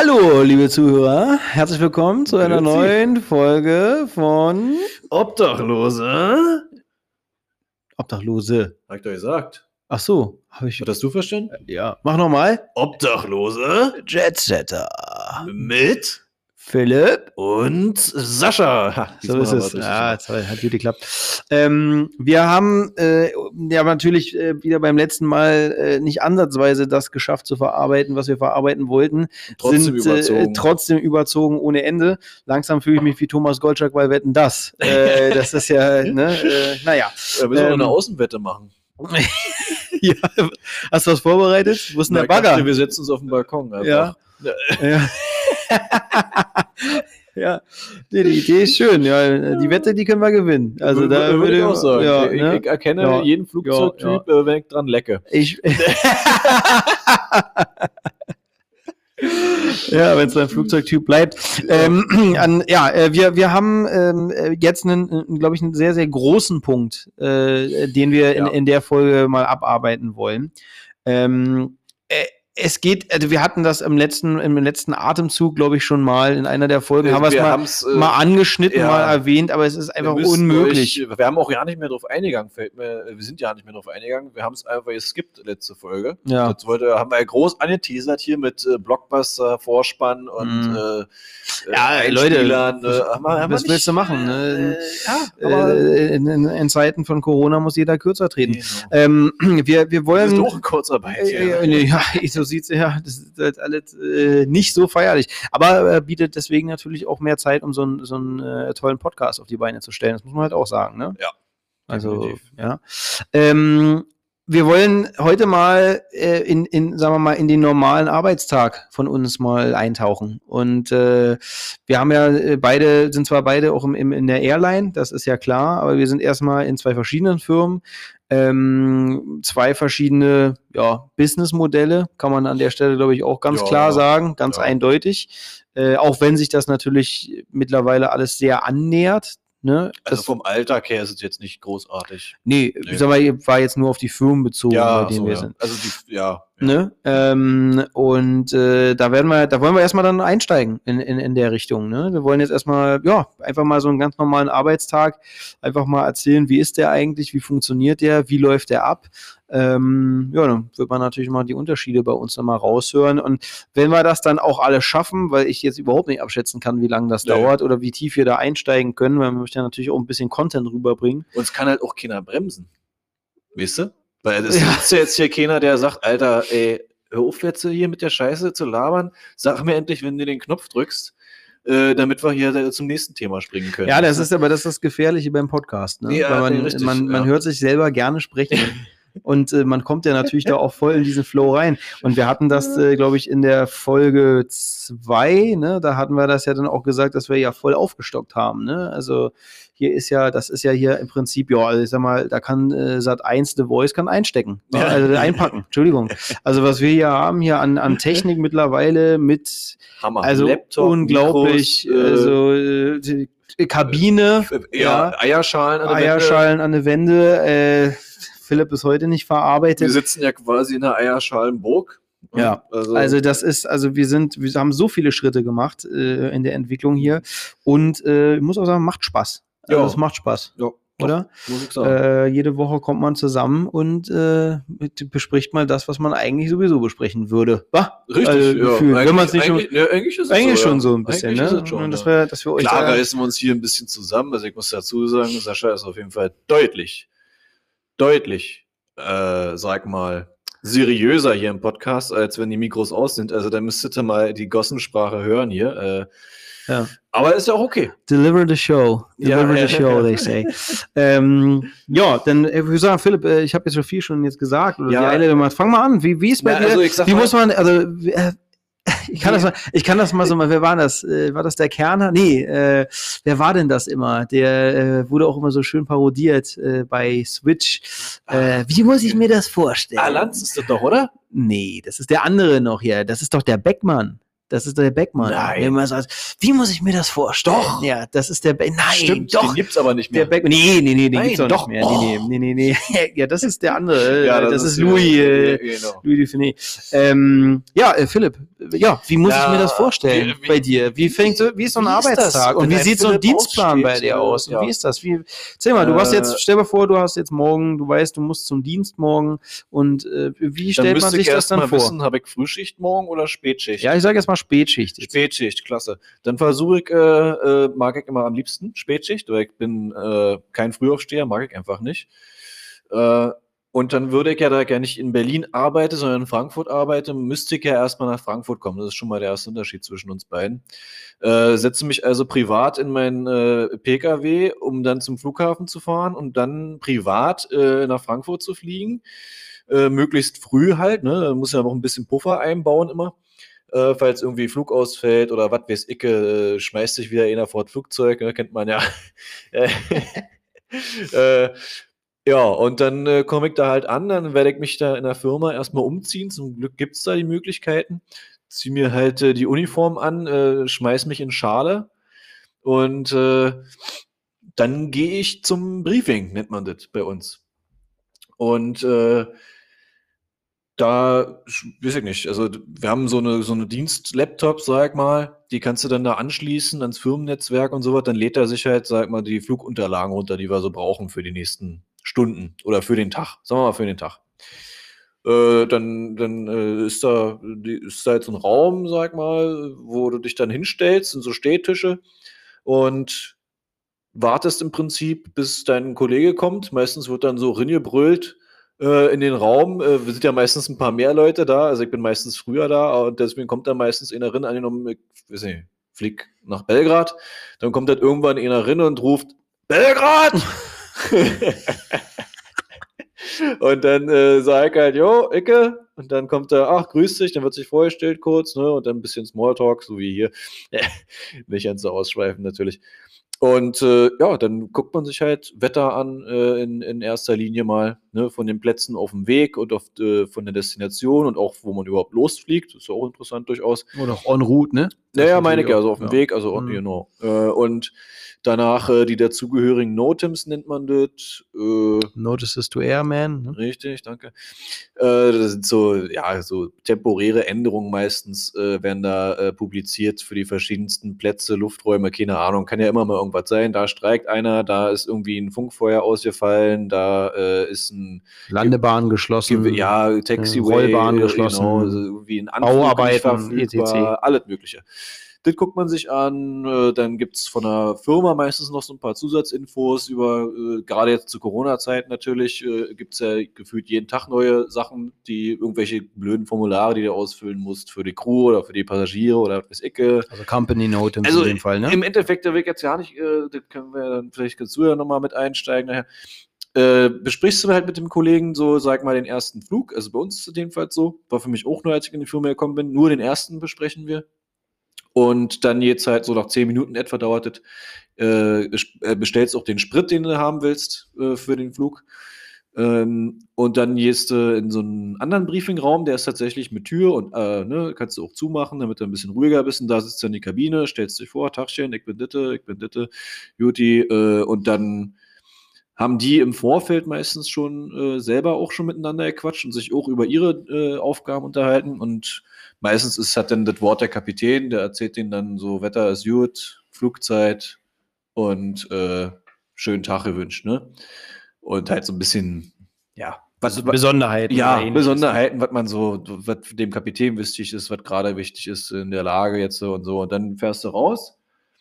Hallo, liebe Zuhörer, herzlich willkommen zu einer neuen Folge von Obdachlose. Obdachlose. Hab ich doch gesagt. Ach so, habe ich. Was hast du verstanden? Ja, mach nochmal. Obdachlose Jetsetter. mit Philipp. und Sascha. Ha, So ist es. Ja, toll, hat gut geklappt. Wir haben ja natürlich wieder beim letzten Mal nicht ansatzweise das geschafft zu verarbeiten, was wir verarbeiten wollten. Trotzdem überzogen. Trotzdem überzogen ohne Ende. Langsam fühle ich mich wie Thomas Gottschalk bei Wetten, das. Das ist ja, ne, naja. Wir müssen auch eine Außenwette machen. Ja, hast du was vorbereitet? Wo ist denn der Bagger? Wir setzen uns auf den Balkon. Einfach. Ja. Ja, nee, die Idee ist schön. Ja, die Wette, die können wir gewinnen. Also da würde ich auch sagen. Ja, ich erkenne jeden Flugzeugtyp, wenn ich dran lecke. Ja, wenn es ein Flugzeugtyp bleibt. Wir haben jetzt glaube ich, einen sehr, sehr großen Punkt, den wir in der Folge mal abarbeiten wollen. Es geht, also wir hatten das im letzten Atemzug, glaube ich, schon mal in einer der Folgen, haben wir es mal angeschnitten, mal erwähnt, aber es ist einfach unmöglich. Wir haben auch ja nicht mehr drauf eingegangen, wir sind ja nicht mehr drauf eingegangen, wir haben es einfach geskippt, letzte Folge. Ja. Das haben wir ja groß angeteasert hier mit Blockbuster, Vorspann und Leute, was willst du machen? Ne? In Zeiten von Corona muss jeder kürzer treten. Genau. Wir wollen... Das ist auch in Kurzarbeit. So sieht's ja, das ist halt alles nicht so feierlich, aber bietet deswegen natürlich auch mehr Zeit, um so einen tollen Podcast auf die Beine zu stellen. Das muss man halt auch sagen, ne? Ja. Also, definitiv. ja. Wir wollen heute mal sagen wir mal, in den normalen Arbeitstag von uns mal eintauchen. Und wir haben ja sind zwar beide auch in der Airline, das ist ja klar, aber wir sind erstmal in zwei verschiedenen Firmen. Zwei verschiedene Businessmodelle, kann man an der Stelle, glaube ich, auch ganz klar sagen, ganz eindeutig. Auch wenn sich das natürlich mittlerweile alles sehr annähert. Ne? Also vom Alltag her ist es jetzt nicht großartig. Nee. Ich sag mal, war jetzt nur auf die Firmen bezogen, bei denen wir sind. Also Ne? Da wollen wir erstmal dann einsteigen in der Richtung. Ne? Wir wollen jetzt erstmal, einfach mal so einen ganz normalen Arbeitstag einfach mal erzählen, wie ist der eigentlich, wie funktioniert der, wie läuft der ab. Dann wird man natürlich mal die Unterschiede bei uns nochmal raushören. Und wenn wir das dann auch alle schaffen, weil ich jetzt überhaupt nicht abschätzen kann, wie lange das dauert oder wie tief wir da einsteigen können, weil man möchte ja natürlich auch ein bisschen Content rüberbringen. Uns kann halt auch keiner bremsen. Weißt du? Weil es ist ja jetzt hier keiner, der sagt, Alter, ey, hör auf jetzt hier mit der Scheiße zu labern. Sag mir endlich, wenn du den Knopf drückst, damit wir hier zum nächsten Thema springen können. Ja, das ist das Gefährliche beim Podcast. Ne? Ja, weil man hört sich selber gerne sprechen. Und man kommt ja natürlich da auch voll in diesen Flow rein. Und wir hatten das, glaube ich, in der Folge 2, ne, da hatten wir das ja dann auch gesagt, dass wir ja voll aufgestockt haben. Ne? Also das ist ja hier im Prinzip, also ich sag mal, da kann Sat.1 The Voice kann einstecken. Ja. Also einpacken, Entschuldigung. Also was wir hier haben, hier an Technik mittlerweile mit Hammer. Also Laptop, unglaublich, Mikros, Kabine, Eierschalen an der Wände, Philipp bis heute nicht verarbeitet. Wir sitzen ja quasi in einer Eierschalenburg. Ja, also das ist, wir haben so viele Schritte gemacht in der Entwicklung hier und ich muss auch sagen, macht Spaß. Also es macht Spaß. Ja. Oder? Muss ich sagen. Jede Woche kommt man zusammen und bespricht mal das, was man eigentlich sowieso besprechen würde. Richtig, wenn man es nicht schon, eigentlich ist es eigentlich so, schon so ein bisschen, eigentlich ne? ist es schon, dass wir euch klar reißen wir uns hier ein bisschen zusammen. Also ich muss dazu sagen, Sascha ist auf jeden Fall deutlich, sag mal, seriöser hier im Podcast, als wenn die Mikros aus sind. Also da müsstet ihr mal die Gossensprache hören hier. Aber ist ja auch okay. Deliver the show. The show, they say. Dann würde ich sagen, Philipp, ich habe jetzt schon viel jetzt gesagt. Oder fang mal an. Wie ist bei dir? Also ich sag ich kann das mal so mal, wer war das? War das der Kerner? Nee, wer war denn das immer? Der wurde auch immer so schön parodiert bei Switch. Wie muss ich mir das vorstellen? Lanz ist das doch, oder? Nee, das ist der andere noch hier. Das ist doch der Beckmann. Das ist der Beckmann. Nein. Der immer sagt, wie muss ich mir das vorstellen? Doch. Ja, das ist der Beckmann. Nein, Stimmt, doch. den gibt's aber nicht mehr. Der Beckmann. Nee, den Nein, gibt's doch. nicht mehr. Nee. Ja, das ist der andere. Ja, das ist Louis. genau. Louis Dufiné. Philipp, wie muss ich mir das vorstellen bei dir? Wie ist so ein Arbeitstag? Und wie sieht so ein Dienstplan bei dir aus? Und wie ist das? Erzähl mal, stell dir vor, du hast jetzt morgen, du weißt, du musst zum Dienst morgen und wie stellt man sich das dann vor? Wissen, habe ich Frühschicht morgen oder Spätschicht? Ja, ich sage jetzt mal Spätschicht. Spätschicht, klasse. Dann versuche ich, mag ich immer am liebsten Spätschicht, weil ich bin kein Frühaufsteher, mag ich einfach nicht. Und dann würde ich ja da gar nicht in Berlin arbeite, sondern in Frankfurt arbeite, müsste ich ja erstmal nach Frankfurt kommen. Das ist schon mal der erste Unterschied zwischen uns beiden. Setze mich also privat in meinen PKW, um dann zum Flughafen zu fahren und dann privat nach Frankfurt zu fliegen. Möglichst früh halt, ne? Da muss ja noch ein bisschen Puffer einbauen immer. Falls irgendwie Flug ausfällt oder was weiß ich, schmeißt sich wieder einer vor das Flugzeug, ne? Kennt man ja. Ja, und dann komme ich da halt an, dann werde ich mich da in der Firma erstmal umziehen. Zum Glück gibt es da die Möglichkeiten. Ziehe mir halt die Uniform an, schmeiß mich in Schale und dann gehe ich zum Briefing, nennt man das bei uns. Und da, weiß ich nicht, also wir haben so eine Dienst-Laptop, sag mal, die kannst du dann da anschließen ans Firmennetzwerk und so was, dann lädt er sich halt, sag mal, die Flugunterlagen runter, die wir so brauchen für die nächsten Stunden oder für den Tag, sagen wir mal für den Tag. Dann ist da jetzt so ein Raum, sag mal, wo du dich dann hinstellst, sind so Stehtische und wartest im Prinzip, bis dein Kollege kommt. Meistens wird dann so ringebrüllt in den Raum. Wir sind ja meistens ein paar mehr Leute da, also ich bin meistens früher da und deswegen kommt da meistens einer rein, angenommen, ich weiß nicht, flieg nach Belgrad, dann kommt halt irgendwann einer rein und ruft, Belgrad! Und dann sag ich halt, jo, Icke. Und dann kommt er, ach, grüß dich, dann wird sich vorgestellt kurz, ne? Und dann ein bisschen Smalltalk, so wie hier. Nicht ganz so ausschweifen natürlich. Und dann guckt man sich halt Wetter an in erster Linie mal, ne? Von den Plätzen auf dem Weg und von der Destination und auch, wo man überhaupt losfliegt. Das ist ja auch interessant durchaus. Oder auch en route, ne? Naja, meine ich ja, also auf dem Weg, also genau. Und danach die dazugehörigen Notems nennt man das. Notices to Airman. Ne? Richtig, danke. Das sind so temporäre Änderungen meistens, werden da publiziert für die verschiedensten Plätze, Lufträume, keine Ahnung, kann ja immer mal irgendwas sein. Da streikt einer, da ist irgendwie ein Funkfeuer ausgefallen, da ist ein Landebahn geschlossen, Taxiway, Rollbahn geschlossen, genau, also irgendwie ein Anflug Bauarbeiten, etc. Alles Mögliche. Das guckt man sich an, dann gibt es von der Firma meistens noch so ein paar Zusatzinfos über, gerade jetzt zu Corona-Zeiten natürlich, gibt es ja gefühlt jeden Tag neue Sachen, die irgendwelche blöden Formulare, die du ausfüllen musst für die Crew oder für die Passagiere oder was weiß ich. Also Company Note in dem Fall, ne? Im Endeffekt, der Weg jetzt ja nicht, das können wir dann, vielleicht kannst du ja nochmal mit einsteigen nachher. Besprichst du halt mit dem Kollegen so, sag mal, den ersten Flug, also bei uns ist es jedenfalls so, war für mich auch neu, als ich in die Firma gekommen bin, nur den ersten besprechen wir. Und dann jetzt halt so nach 10 Minuten etwa dauert es, bestellst auch den Sprit, den du haben willst für den Flug. Und dann gehst du in so einen anderen Briefingraum, der ist tatsächlich mit Tür und kannst du auch zumachen, damit du ein bisschen ruhiger bist. Und da sitzt dann die Kabine, stellst dich vor, Tagchen, ich bin Ditte, Juti. Und dann haben die im Vorfeld meistens schon selber auch schon miteinander gequatscht und sich auch über ihre Aufgaben unterhalten. Und meistens hat dann das Wort der Kapitän, der erzählt denen dann so, Wetter ist gut, Flugzeit und schönen Tag gewünscht, ne? Und halt so ein bisschen, ja. Besonderheiten. Ja, Besonderheiten, was dem Kapitän wichtig ist, was gerade wichtig ist in der Lage jetzt und so. Und dann fährst du raus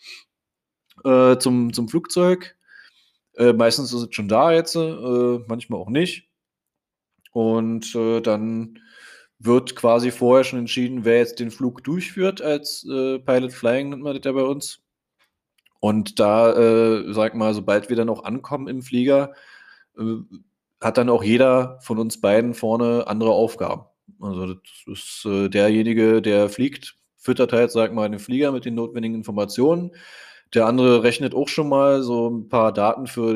zum Flugzeug. Meistens ist es schon da jetzt, manchmal auch nicht. Und dann wird quasi vorher schon entschieden, wer jetzt den Flug durchführt als Pilot Flying, nennt man das ja bei uns. Und da, sag mal, sobald wir dann auch ankommen im Flieger, hat dann auch jeder von uns beiden vorne andere Aufgaben. Also das ist derjenige, der fliegt, füttert halt, sag mal, den Flieger mit den notwendigen Informationen. Der andere rechnet auch schon mal so ein paar Daten für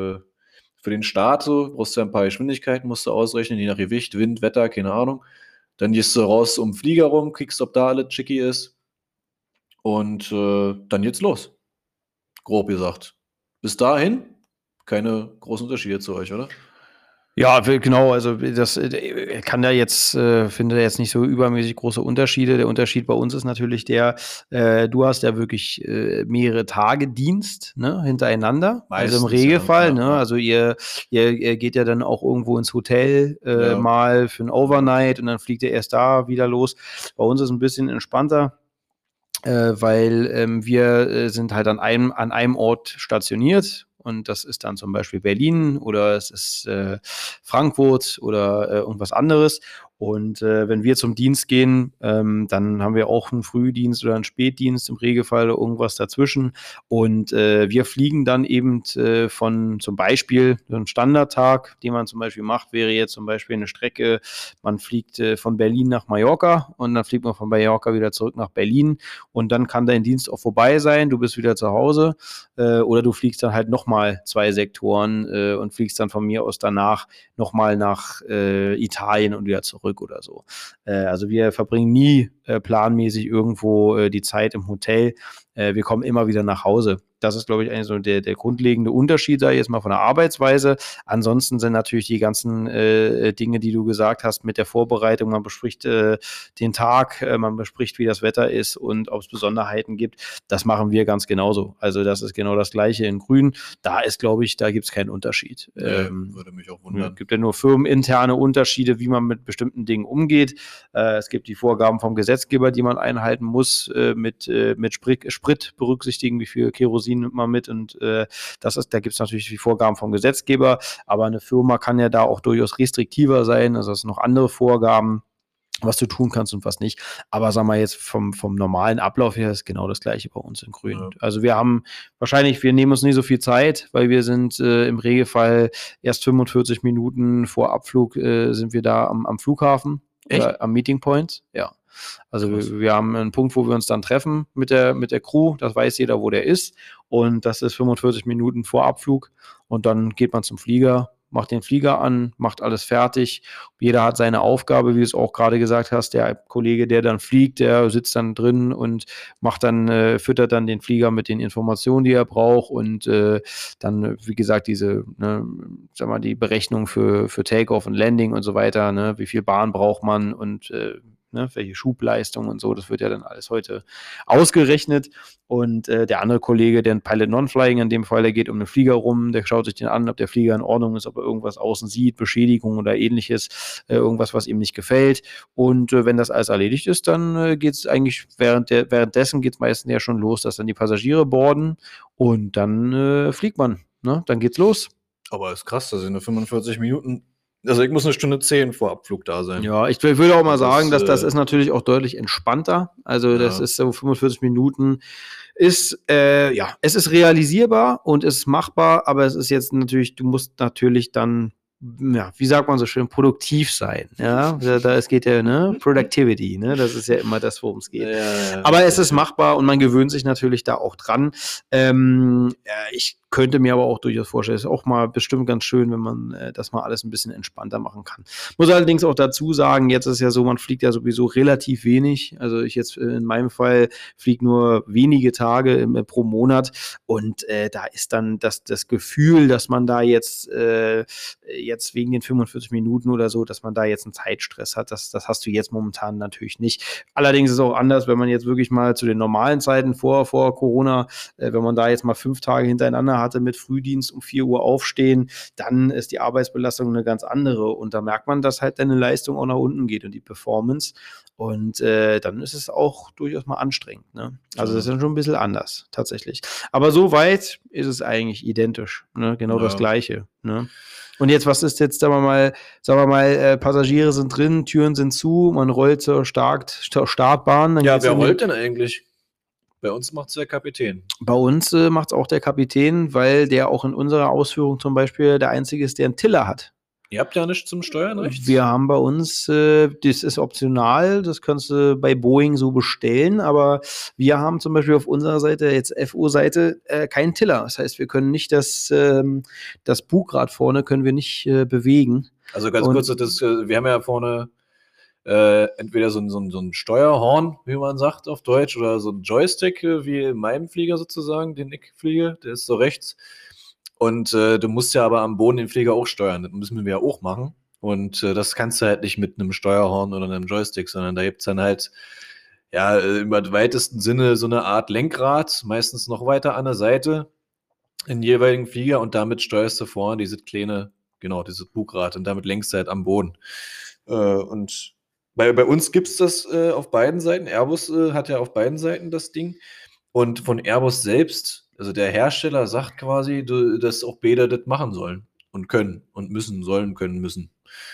den Start. So. Brauchst du ja ein paar Geschwindigkeiten, musst du ausrechnen, je nach Gewicht, Wind, Wetter, keine Ahnung. Dann gehst du raus um den Flieger rum, kriegst, ob da alles chicky ist. Und dann geht's los. Grob gesagt. Bis dahin keine großen Unterschiede zu euch, oder? Ja, genau, also das kann da jetzt, finde da jetzt nicht so übermäßig große Unterschiede. Der Unterschied bei uns ist natürlich der, du hast ja wirklich mehrere Tage Dienst, ne, hintereinander. Also im Meistens, ja. Regelfall, Ja, ne? ja. Also ihr geht ja dann auch irgendwo ins Hotel Ja. mal für ein Overnight und dann fliegt ihr erst da wieder los. Bei uns ist es ein bisschen entspannter. Weil wir sind halt an einem Ort stationiert und das ist dann zum Beispiel Berlin oder es ist Frankfurt oder irgendwas anderes. Und wenn wir zum Dienst gehen, dann haben wir auch einen Frühdienst oder einen Spätdienst im Regelfall oder irgendwas dazwischen. Und wir fliegen dann eben von zum Beispiel so ein Standardtag, den man zum Beispiel macht, wäre jetzt zum Beispiel eine Strecke, man fliegt von Berlin nach Mallorca und dann fliegt man von Mallorca wieder zurück nach Berlin und dann kann dein Dienst auch vorbei sein, du bist wieder zu Hause oder du fliegst dann halt nochmal 2 Sektoren und fliegst dann von mir aus danach nochmal nach Italien und wieder zurück oder so. Also wir verbringen nie planmäßig irgendwo die Zeit im Hotel. Wir kommen immer wieder nach Hause. Das ist, glaube ich, eigentlich so der grundlegende Unterschied da jetzt mal von der Arbeitsweise. Ansonsten sind natürlich die ganzen Dinge, die du gesagt hast mit der Vorbereitung. Man bespricht den Tag, man bespricht, wie das Wetter ist und ob es Besonderheiten gibt. Das machen wir ganz genauso. Also das ist genau das Gleiche in Grün. Da ist, glaube ich, da gibt es keinen Unterschied. Würde mich auch wundern. Es gibt ja nur firmeninterne Unterschiede, wie man mit bestimmten Dingen umgeht. Es gibt die Vorgaben vom Gesetzgeber, die man einhalten muss, mit Sprit berücksichtigen, wie viel Kerosin nimmt man mit und da gibt es natürlich die Vorgaben vom Gesetzgeber, aber eine Firma kann ja da auch durchaus restriktiver sein, also es sind noch andere Vorgaben, was du tun kannst und was nicht. Aber sagen wir jetzt vom normalen Ablauf her ist genau das Gleiche bei uns in Grün. Ja. Also wir nehmen uns nie so viel Zeit, weil wir sind im Regelfall erst 45 Minuten vor Abflug sind wir da am Flughafen. Echt? Oder am Meeting Point. Ja. Also Krass. wir haben einen Punkt, wo wir uns dann treffen mit der Crew. Das weiß jeder, wo der ist. Und das ist 45 Minuten vor Abflug. Und dann geht man zum Flieger, macht den Flieger an, macht alles fertig. Jeder hat seine Aufgabe, wie du es auch gerade gesagt hast. Der Kollege, der dann fliegt, der sitzt dann drin und füttert dann den Flieger mit den Informationen, die er braucht und dann, wie gesagt, die Berechnung für Takeoff und Landing und so weiter, ne? Wie viel Bahn braucht man und welche Schubleistung und so, das wird ja dann alles heute ausgerechnet. Und der andere Kollege, der ein Pilot Non-Flying in dem Fall, der geht um den Flieger rum, der schaut sich den an, ob der Flieger in Ordnung ist, ob er irgendwas außen sieht, Beschädigung oder ähnliches, irgendwas, was ihm nicht gefällt. Und wenn das alles erledigt ist, dann geht es eigentlich währenddessen geht es meistens ja schon los, dass dann die Passagiere boarden und dann fliegt man. Ne? Dann geht's los. Aber ist krass, das sind nur 45 Minuten. Also ich muss 1:10 vor Abflug da sein. Ja, ich würde auch mal Das sagen, dass das ist ist natürlich auch deutlich entspannter. Also das Ja. ist so 45 Minuten es ist realisierbar und ist machbar, aber es ist jetzt natürlich, du musst natürlich dann, ja, wie sagt man so schön, produktiv sein. Ja, es geht ja, ne, Productivity, ne, das ist ja immer das, worum es geht. Ja, Aber es ist machbar und man gewöhnt sich natürlich da auch dran. Ich könnte mir aber auch durchaus vorstellen, es ist auch mal bestimmt ganz schön, wenn man das mal alles ein bisschen entspannter machen kann. Muss allerdings auch dazu sagen, jetzt ist ja so, man fliegt ja sowieso relativ wenig. Also ich jetzt in meinem Fall fliege nur wenige Tage pro Monat und da ist dann das Gefühl, dass man da jetzt wegen den 45 Minuten oder so, dass man da jetzt einen Zeitstress hat, das hast du jetzt momentan natürlich nicht. Allerdings ist es auch anders, wenn man jetzt wirklich mal zu den normalen Zeiten vor Corona, wenn man da jetzt mal 5 Tage hintereinander hatte mit Frühdienst um 4 Uhr aufstehen, dann ist die Arbeitsbelastung eine ganz andere und da merkt man, dass halt deine Leistung auch nach unten geht und die Performance und dann ist es auch durchaus mal anstrengend. Ne? Also das ist dann schon ein bisschen anders, tatsächlich. Aber so weit ist es eigentlich identisch, ne? Genau das Gleiche. Ne? Und jetzt, was ist jetzt, sagen wir mal, Passagiere sind drin, Türen sind zu, man rollt zur Startbahn. Dann ja, wer rollt denn eigentlich? Bei uns macht es der Kapitän. Bei uns macht es auch der Kapitän, weil der auch in unserer Ausführung zum Beispiel der Einzige ist, der einen Tiller hat. Ihr habt ja nichts zum Steuern rechts? Wir haben bei uns, das ist optional, das kannst du bei Boeing so bestellen, aber wir haben zum Beispiel auf unserer Seite, jetzt FO-Seite, keinen Tiller. Das heißt, wir können nicht das Bugrad vorne können wir nicht bewegen. Also ganz kurz, wir haben ja vorne entweder so ein Steuerhorn, wie man sagt auf Deutsch, oder so ein Joystick, wie in meinem Flieger sozusagen, den ich fliege, der ist so rechts. Und du musst ja aber am Boden den Flieger auch steuern. Das müssen wir ja auch machen. Und das kannst du halt nicht mit einem Steuerhorn oder einem Joystick, sondern da gibt es dann halt, ja, im weitesten Sinne so eine Art Lenkrad, meistens noch weiter an der Seite, in den jeweiligen Flieger und damit steuerst du vorne dieses kleine, genau, dieses Bugrad und damit lenkst du halt am Boden. Und bei uns gibt es das auf beiden Seiten. Airbus hat ja auf beiden Seiten das Ding. Und von Airbus selbst, also der Hersteller sagt quasi, dass auch beide das machen sollen und können und müssen, sollen, können, müssen.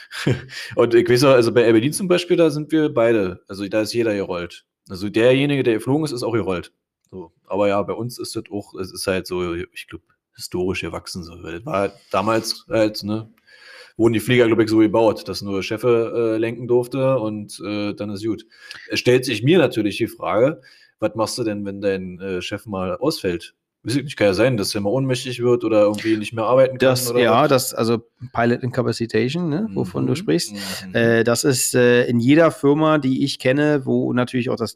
Und ich weiß auch, also bei Air Berlin zum Beispiel, da sind wir beide, also da ist jeder gerollt. Also derjenige, der geflogen ist, ist auch gerollt. So. Aber ja, bei uns ist das auch, es ist halt so, ich glaube, historisch gewachsen. So. Weil das war damals halt, ne, wurden die Flieger, glaube ich, so gebaut, dass nur Chefe lenken durfte und dann ist gut. Es stellt sich mir natürlich die Frage, was machst du denn, wenn dein Chef mal ausfällt? Weiß ich nicht, kann ja sein, dass er mal ohnmächtig wird oder irgendwie nicht mehr arbeiten kann. Das, oder ja, was. das, also Pilot Incapacitation, ne, wovon du sprichst, Mhm. das ist in jeder Firma, die ich kenne, wo natürlich auch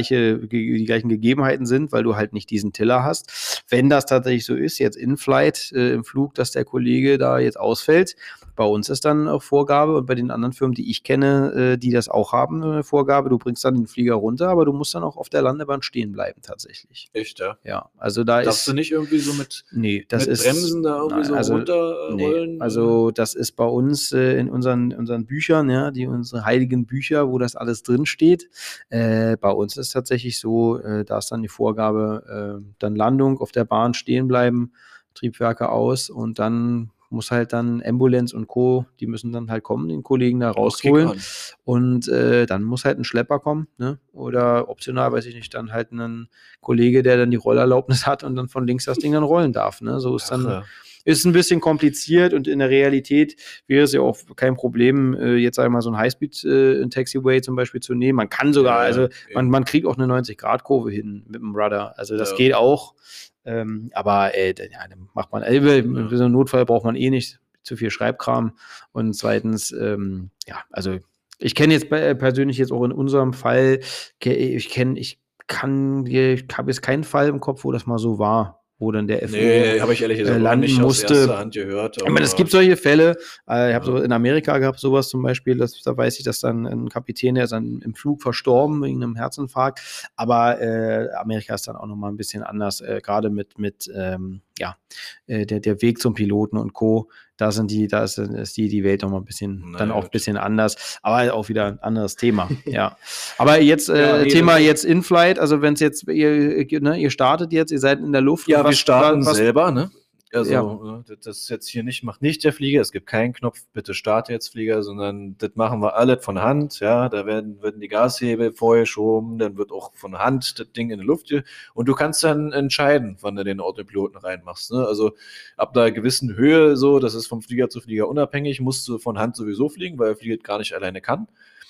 die gleichen Gegebenheiten sind, weil du halt nicht diesen Tiller hast. Wenn das tatsächlich so ist, jetzt in Flight, im Flug, dass der Kollege da jetzt ausfällt, bei uns ist dann auch Vorgabe und bei den anderen Firmen, die ich kenne, die das auch haben, eine Vorgabe, du bringst dann den Flieger runter, aber du musst dann auch auf der Landebahn stehen bleiben tatsächlich. Echt, ja? Ja, also da Darfst du ist, nicht irgendwie so mit nee, das ist, Bremsen da irgendwie nein, so also, nee, runterrollen? also das ist bei uns in unseren Büchern, ja, unsere heiligen Bücher, wo das alles drin steht. Bei uns ist tatsächlich so, da ist dann die Vorgabe, dann Landung auf der Bahn stehen bleiben, Triebwerke aus und dann muss halt dann Ambulance und Co., die müssen dann halt kommen, den Kollegen da Noch Kick rausholen. an. Und dann muss halt ein Schlepper kommen, ne? Oder optional, weiß ich nicht, dann halt ein Kollege, der dann die Rollerlaubnis hat und dann von links das Ding dann rollen darf. Ne? So ist Ach dann, ja. ist ein bisschen kompliziert und in der Realität wäre es ja auch kein Problem, jetzt sag ich mal so ein Highspeed in Taxiway zum Beispiel zu nehmen. Man kann sogar, Ja, also eben. man kriegt auch eine 90-Grad-Kurve hin mit dem Rudder. Also das Ja. geht auch. Aber dann macht man, für so einen Notfall braucht man eh nicht zu viel Schreibkram. Und zweitens, also ich kenne jetzt persönlich jetzt auch in unserem Fall, ich habe jetzt keinen Fall im Kopf, wo das mal so war, wo dann der FO Nee, habe ich ehrlich gesagt auch noch landen nicht aus erster musste. Hand gehört. Ich meine, es gibt solche Fälle. Ich Ja. habe so in Amerika gehabt sowas zum Beispiel. Da weiß ich, dass dann ein Kapitän, der ist dann im Flug verstorben wegen einem Herzinfarkt. Aber Amerika ist dann auch noch mal ein bisschen anders, gerade mit der Weg zum Piloten und Co. Da ist die Welt noch mal ein bisschen, Na dann auch ein gut. bisschen anders. Aber auch wieder ein anderes Thema. Ja. Aber jetzt Ja, nee, Thema das- jetzt In-Flight. Also wenn es jetzt ihr startet jetzt, ihr seid in der Luft. Ja, und wir starten was selber, ne? Also, ja. das ist jetzt hier nicht, macht nicht der Flieger. Es gibt keinen Knopf, bitte starte jetzt Flieger, sondern das machen wir alle von Hand. Ja, da werden die Gashebel vorgeschoben, dann wird auch von Hand das Ding in die Luft. Und du kannst dann entscheiden, wann du den Autopiloten reinmachst. Ne? Also ab einer gewissen Höhe, so, das ist vom Flieger zu Flieger unabhängig, musst du von Hand sowieso fliegen, weil der Flieger gar nicht alleine kann.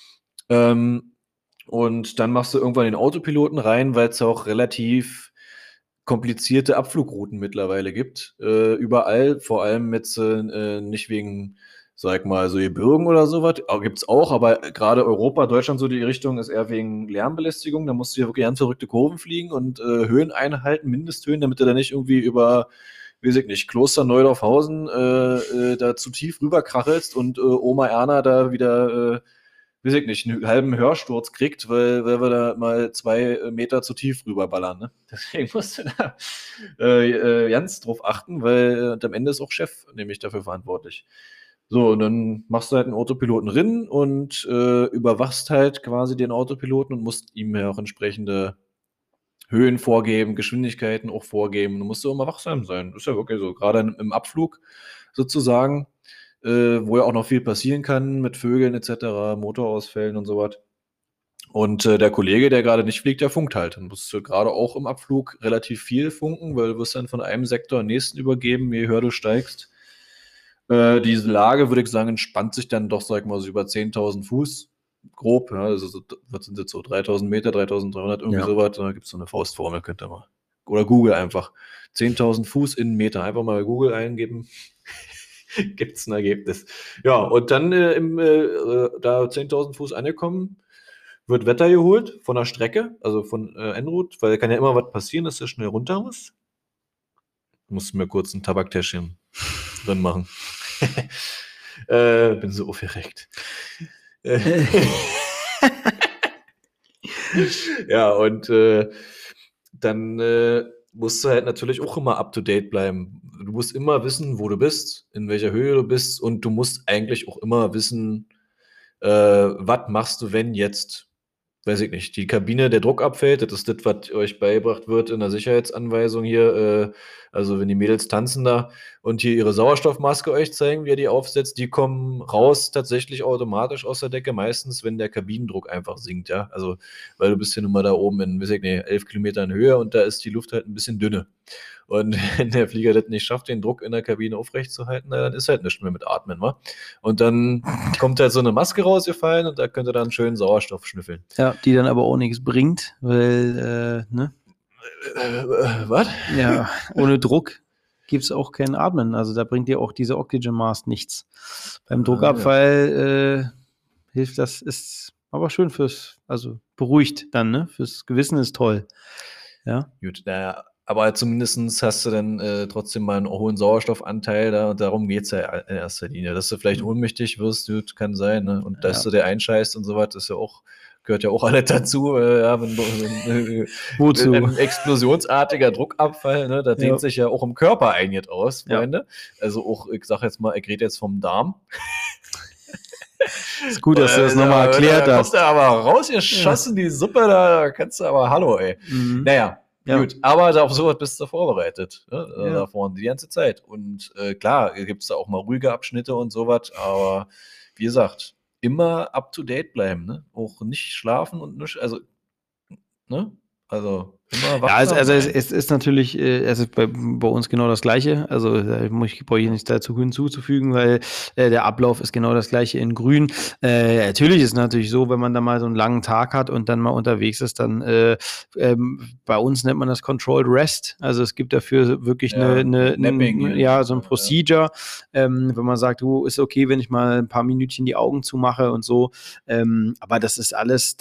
Und dann machst du irgendwann den Autopiloten rein, weil es auch relativ komplizierte Abflugrouten mittlerweile gibt. Überall, vor allem jetzt nicht wegen, sag mal, so Gebirgen oder sowas. Gibt es auch, aber gerade Europa, Deutschland, so die Richtung ist eher wegen Lärmbelästigung. Da musst du hier wirklich ganz verrückte Kurven fliegen und Höhen einhalten, Mindesthöhen, damit du da nicht irgendwie über, weiß ich nicht, Kloster Neudorfhausen da zu tief rüberkrachelst und Oma Erna da wieder weiß ich nicht, einen halben Hörsturz kriegt, weil wir da mal 2 Meter zu tief rüberballern. Ne? Deswegen musst du da ganz drauf achten, weil am Ende ist auch Chef nämlich dafür verantwortlich. So, und dann machst du halt einen Autopiloten rin und überwachst halt quasi den Autopiloten und musst ihm ja auch entsprechende Höhen vorgeben, Geschwindigkeiten auch vorgeben. Du musst ja immer wachsam sein. Das ist ja wirklich so. Gerade im Abflug sozusagen, wo ja auch noch viel passieren kann mit Vögeln etc., Motorausfällen und so was. Und der Kollege, der gerade nicht fliegt, der funkt halt. Dann musst du gerade auch im Abflug relativ viel funken, weil du wirst dann von einem Sektor in den nächsten übergeben, je höher du steigst. Diese Lage, würde ich sagen, entspannt sich dann doch, sag ich mal, so über 10.000 Fuß grob. Ja, also was sind das so? 3.000 Meter, 3.300, irgendwie Ja. sowas. Da gibt es so eine Faustformel, könnt ihr mal. Oder Google einfach. 10.000 Fuß in Meter. Einfach mal Google eingeben. gibt es ein Ergebnis. Ja, und dann da 10.000 Fuß angekommen, wird Wetter geholt von der Strecke, also von en route, weil kann ja immer was passieren, dass du schnell runter musst. Musst mir kurz ein Tabaktäschchen drin machen. Bin so aufgeregt. Ja, und dann musst du halt natürlich auch immer up to date bleiben. Du musst immer wissen, wo du bist, in welcher Höhe du bist, und du musst eigentlich auch immer wissen, was machst du, wenn jetzt, weiß ich nicht, die Kabine der Druck abfällt. Das ist das, was euch beigebracht wird in der Sicherheitsanweisung hier. Also wenn die Mädels tanzen da und hier ihre Sauerstoffmaske euch zeigen, wie ihr die aufsetzt, die kommen raus tatsächlich automatisch aus der Decke, meistens, wenn der Kabinendruck einfach sinkt, ja. Also, weil du bist ja nun mal da oben in, weiß ich nicht, 11 Kilometern Höhe und da ist die Luft halt ein bisschen dünne. Und wenn der Flieger das nicht schafft, den Druck in der Kabine aufrechtzuerhalten, na, dann ist halt nichts mehr mit Atmen, wa? Und dann kommt halt so eine Maske rausgefallen und da könnt ihr dann schön Sauerstoff schnüffeln. Ja, die dann aber auch nichts bringt, weil, ne? Was? Ja, ohne Druck gibt es auch kein Atmen. Also da bringt dir auch diese Oxygen Mask nichts. Beim Druckabfall hilft das, ist aber schön also beruhigt dann, ne? Fürs Gewissen ist toll. Ja. Gut, naja, aber zumindest hast du dann trotzdem mal einen hohen Sauerstoffanteil da, und darum geht es ja in erster Linie. Dass du vielleicht ohnmächtig wirst, gut, kann sein, ne? Und dass du dir einscheißt und so was, ist ja auch, gehört ja auch alles dazu. Ja, Wozu? Ein explosionsartiger Druckabfall, ne? Da dehnt sich ja auch im Körper einiges aus, Freunde. Also auch, ich sag jetzt mal, ich rede jetzt vom Darm. Ist gut, dass du das nochmal erklärt da hast. Da aber rausgeschossen, die Suppe, da kannst du aber, hallo, ey. Naja, gut, aber auf sowas bist du vorbereitet, ne? Da vorne die ganze Zeit. Und klar, gibt es da auch mal ruhige Abschnitte und sowas, aber wie gesagt, immer up to date bleiben, ne? Auch nicht schlafen und nicht, also, ne? Also immer wach. Ja, also es ist natürlich, es ist bei uns genau das Gleiche. Also da brauche ich nichts dazu hinzuzufügen, weil der Ablauf ist genau das Gleiche in Grün. Natürlich ist es natürlich so, wenn man da mal so einen langen Tag hat und dann mal unterwegs ist, dann bei uns nennt man das Controlled Rest. Also es gibt dafür wirklich so ein Procedure. Wenn man sagt, ist okay, wenn ich mal ein paar Minütchen die Augen zumache und so. Aber das ist alles,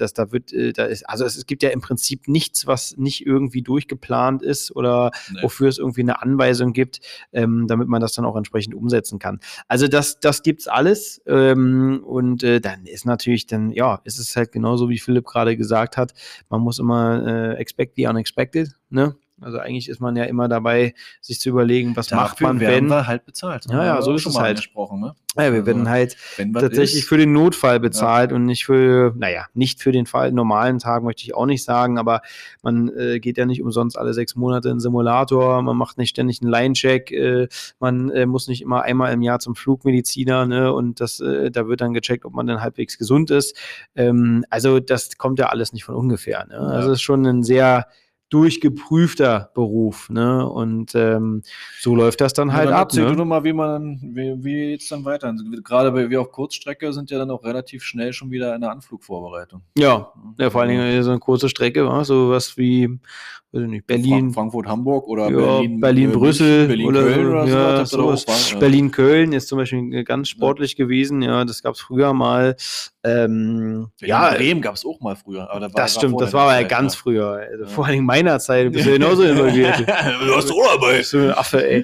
also es gibt ja im Prinzip nichts, was nicht irgendwie durchgeplant ist oder wofür es irgendwie eine Anweisung gibt, damit man das dann auch entsprechend umsetzen kann. Also das gibt's alles, und dann ist natürlich ist es halt genauso, wie Philipp gerade gesagt hat, man muss immer expect the unexpected, ne? Also eigentlich ist man ja immer dabei, sich zu überlegen, was macht man, wenn wir halt bezahlt. Ja, so ist es halt. Ne? Ja, wir werden halt tatsächlich für den Notfall bezahlt und nicht für den normalen Tag möchte ich auch nicht sagen, aber man geht ja nicht umsonst alle 6 Monate in den Simulator, man macht nicht ständig einen Line-Check, man muss nicht immer einmal im Jahr zum Flugmediziner, ne, und da wird dann gecheckt, ob man dann halbwegs gesund ist. Also das kommt ja alles nicht von ungefähr, ne? Also es ist schon ein sehr durchgeprüfter Beruf, ne? Und so läuft das dann halt ab. Erzähl du mal, wie jetzt dann weiter. Gerade wir auf Kurzstrecke sind ja dann auch relativ schnell schon wieder in der Anflugvorbereitung. Ja, vor allen Dingen so eine kurze Strecke, so was wie, weiß ich nicht, Berlin, Frankfurt, Hamburg oder Berlin, Brüssel, Berlin-Köln oder sowas. Berlin-Köln ist zum Beispiel ganz sportlich gewesen, ja, das gab es früher mal. Bremen gab es auch mal früher. Aber das stimmt, das war aber ja ganz früher. Also vor allem in meiner Zeit, du bist ja genauso involviert. Du hast auch dabei. So ein Affe, ey.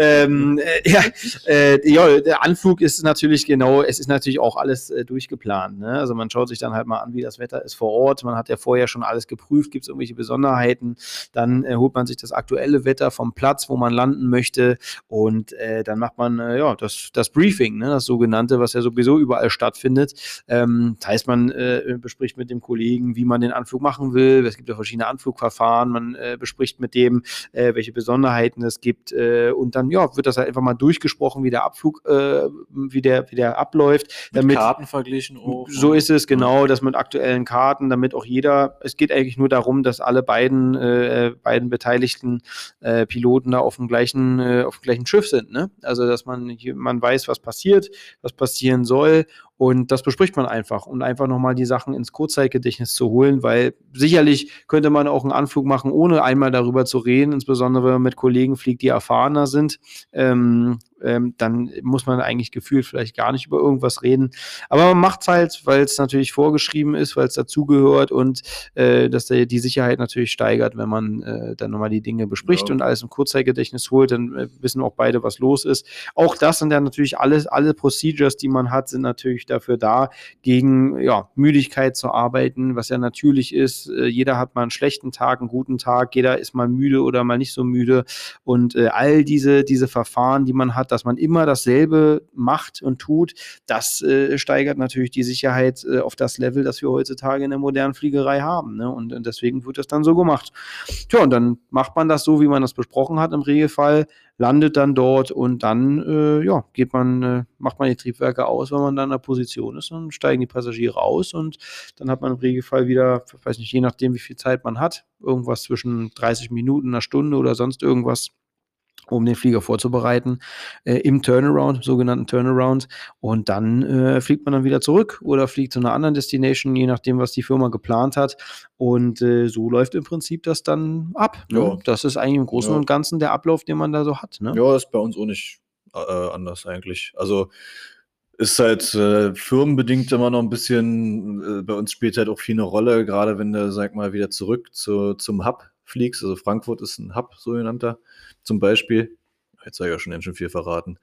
Der Anflug ist natürlich es ist natürlich auch alles durchgeplant. Ne? Also man schaut sich dann halt mal an, wie das Wetter ist vor Ort. Man hat ja vorher schon alles geprüft, gibt es irgendwelche Besonderheiten. Dann holt man sich das aktuelle Wetter vom Platz, wo man landen möchte, und dann macht man das Briefing, ne? Das sogenannte, was ja sowieso überall stattfindet. Das heißt, man bespricht mit dem Kollegen, wie man den Anflug machen will. Es gibt ja verschiedene Anflugverfahren. Man bespricht mit dem, welche Besonderheiten es gibt. Und dann wird das halt einfach mal durchgesprochen, wie der Abflug, wie der abläuft. Mit Karten verglichen auch. So ist es, genau, das mit aktuellen Karten, damit auch es geht eigentlich nur darum, dass alle beiden beteiligten Piloten da auf dem gleichen Schiff sind. Ne? Also, dass man weiß, was passiert, was passieren soll. Und das bespricht man einfach, um einfach nochmal die Sachen ins Kurzzeitgedächtnis zu holen, weil sicherlich könnte man auch einen Anflug machen, ohne einmal darüber zu reden, insbesondere wenn man mit Kollegen fliegt, die erfahrener sind. dann muss man eigentlich gefühlt vielleicht gar nicht über irgendwas reden. Aber man macht es halt, weil es natürlich vorgeschrieben ist, weil es dazugehört und dass die Sicherheit natürlich steigert, wenn man dann nochmal die Dinge bespricht und alles im Kurzzeitgedächtnis holt, dann wissen auch beide, was los ist. Auch das sind ja natürlich alle Procedures, die man hat, sind natürlich dafür da, gegen Müdigkeit zu arbeiten, was ja natürlich ist. Jeder hat mal einen schlechten Tag, einen guten Tag, jeder ist mal müde oder mal nicht so müde und all diese Verfahren, die man hat, dass man immer dasselbe macht und tut, das steigert natürlich die Sicherheit auf das Level, das wir heutzutage in der modernen Fliegerei haben. Ne? Und deswegen wird das dann so gemacht. Tja, und dann macht man das so, wie man das besprochen hat im Regelfall, landet dann dort und dann macht man die Triebwerke aus, wenn man dann in der Position ist, und steigen die Passagiere aus und dann hat man im Regelfall wieder, ich weiß nicht, je nachdem, wie viel Zeit man hat, irgendwas zwischen 30 Minuten, einer Stunde oder sonst irgendwas, um den Flieger vorzubereiten, im Turnaround, sogenannten Turnaround. Und dann fliegt man dann wieder zurück oder fliegt zu einer anderen Destination, je nachdem, was die Firma geplant hat. Und so läuft im Prinzip das dann ab. Ne? Ja. Das ist eigentlich im Großen und Ganzen der Ablauf, den man da so hat. Ne? Ja, ist bei uns auch nicht anders eigentlich. Also ist halt firmenbedingt immer noch ein bisschen, bei uns spielt halt auch viel eine Rolle, gerade wenn du, sag mal, wieder zurück zum Hub fliegst. Also Frankfurt ist ein Hub, sogenannter, zum Beispiel. Jetzt habe ich ja schon ganz schön viel verraten.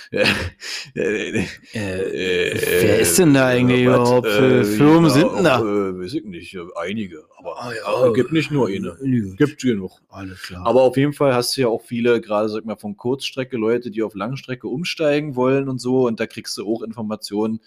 Wer ist denn da eigentlich überhaupt? Firmen sind denn da? Weiß ich nicht, einige. Aber gibt nicht nur eine. Gibt genug. Alles klar. Aber auf jeden Fall hast du ja auch viele, gerade sag mal von Kurzstrecke, Leute, die auf Langstrecke umsteigen wollen und so. Und da kriegst du auch Informationen.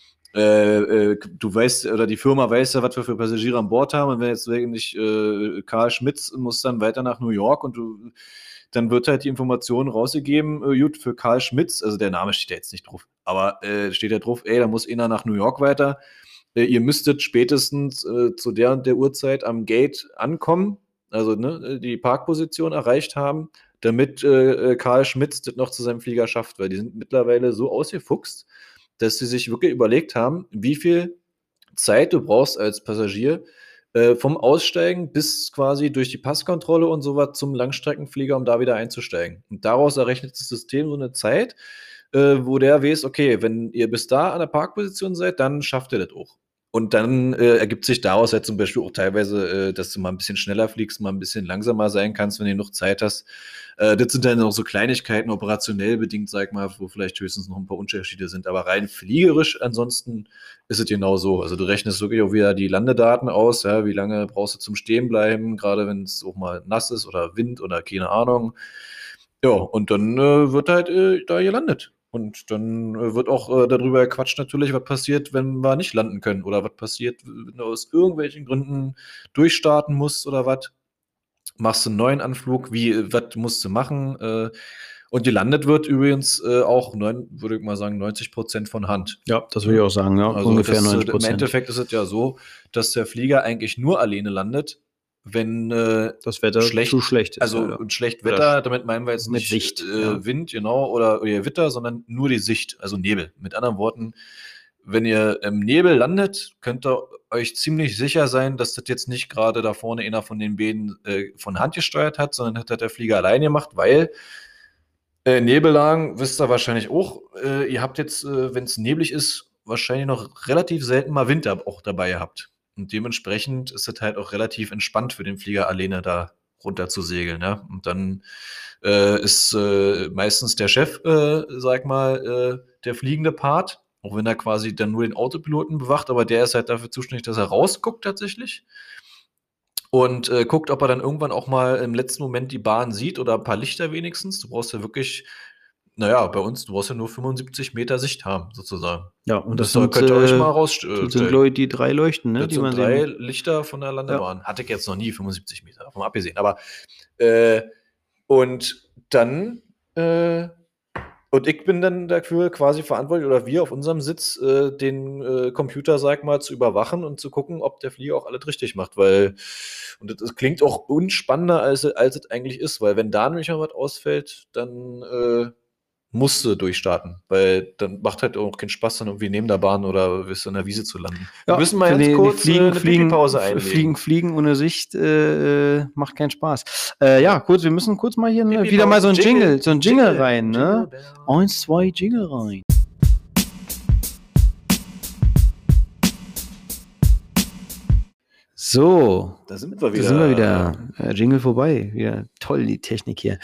Du weißt, oder die Firma weiß ja, was wir für Passagiere an Bord haben. Und wenn jetzt wirklich Karl Schmitz muss dann weiter nach New York und dann wird halt die Information rausgegeben, gut, für Karl Schmitz, also der Name steht ja jetzt nicht drauf, aber steht ja drauf, da muss einer nach New York weiter. Ihr müsstet spätestens zu der und der Uhrzeit am Gate ankommen, also die Parkposition erreicht haben, damit Karl Schmitz das noch zu seinem Flieger schafft, weil die sind mittlerweile so ausgefuchst, dass sie sich wirklich überlegt haben, wie viel Zeit du brauchst als Passagier vom Aussteigen bis quasi durch die Passkontrolle und sowas zum Langstreckenflieger, um da wieder einzusteigen. Und daraus errechnet das System so eine Zeit, wo der weiß, okay, wenn ihr bis da an der Parkposition seid, dann schafft ihr das auch. Und dann ergibt sich daraus halt zum Beispiel auch teilweise, dass du mal ein bisschen schneller fliegst, mal ein bisschen langsamer sein kannst, wenn du noch Zeit hast. Das sind dann auch so Kleinigkeiten, operationell bedingt, sag mal, wo vielleicht höchstens noch ein paar Unterschiede sind. Aber rein fliegerisch ansonsten ist es genau so. Also du rechnest wirklich auch wieder die Landedaten aus, ja, wie lange brauchst du zum Stehenbleiben, gerade wenn es auch mal nass ist oder Wind oder keine Ahnung. Ja, und dann wird halt da gelandet. Und dann wird auch darüber gequatscht natürlich, was passiert, wenn wir nicht landen können. Oder was passiert, wenn du aus irgendwelchen Gründen durchstarten musst oder was. Machst du einen neuen Anflug, was musst du machen? Und gelandet wird übrigens auch, würde ich mal sagen, 90% von Hand. Ja, das würde ich auch sagen, ja, Also ungefähr das, 90%. Im Endeffekt ist es ja so, dass der Flieger eigentlich nur alleine landet, wenn das Wetter zu schlecht ist. Also schlecht Wetter, damit meinen wir jetzt mit nicht Sicht, Wind, genau, oder Gewitter, sondern nur die Sicht, also Nebel. Mit anderen Worten, wenn ihr im Nebel landet, könnt ihr euch ziemlich sicher sein, dass das jetzt nicht gerade da vorne einer von den beiden von Hand gesteuert hat, sondern hat der Flieger allein gemacht, weil Nebellagen, wisst ihr wahrscheinlich auch, ihr habt jetzt, wenn es neblig ist, wahrscheinlich noch relativ selten mal Wind auch dabei habt. Und dementsprechend ist es halt auch relativ entspannt für den Flieger alleine da runter zu segeln. Ja? Und dann ist meistens der Chef, sag mal, der fliegende Part, auch wenn er quasi dann nur den Autopiloten bewacht, aber der ist halt dafür zuständig, dass er rausguckt tatsächlich. Und guckt, ob er dann irgendwann auch mal im letzten Moment die Bahn sieht oder ein paar Lichter wenigstens. Du brauchst ja wirklich, naja, bei uns, du brauchst ja nur 75 Meter Sicht haben, sozusagen. Ja, und das könnt ihr euch mal rausstellen. Das sind Leute, die 3 Leuchten, ne? Das Die sind man 3 sehen. Lichter von der Landebahn. Hatte ich jetzt noch nie 75 Meter, davon abgesehen. Aber und dann und ich bin dann dafür quasi verantwortlich, oder wir auf unserem Sitz, den Computer, sag mal, zu überwachen und zu gucken, ob der Flieger auch alles richtig macht, weil, und das klingt auch unspannender, als es eigentlich ist, weil wenn da nämlich mal was ausfällt, dann, musste durchstarten, weil dann macht halt auch keinen Spaß, dann irgendwie neben der Bahn oder in der Wiese zu landen. Ja, wir müssen mal ganz kurz eine Pipi-Pause einlegen. Fliegen ohne Sicht macht keinen Spaß. Ja, wir müssen kurz mal hier wieder mal so ein Jingle rein, ne? 1, 2 Jingle rein. So, da sind wir wieder. Jingle vorbei. Wieder toll, die Technik hier.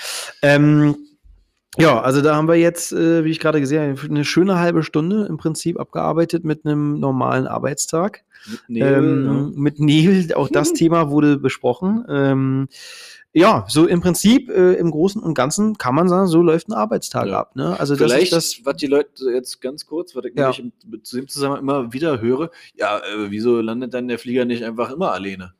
Ja, also da haben wir jetzt, wie ich gerade gesehen habe, eine schöne halbe Stunde im Prinzip abgearbeitet mit einem normalen Arbeitstag. Mit Nebel, auch das Thema wurde besprochen. Ja, so im Prinzip, im Großen und Ganzen kann man sagen, so läuft ein Arbeitstag ab. Ne? Also vielleicht, was die Leute jetzt ganz kurz, was ich nämlich zu dem Zusammenhang immer wieder höre, wieso landet dann der Flieger nicht einfach immer alleine?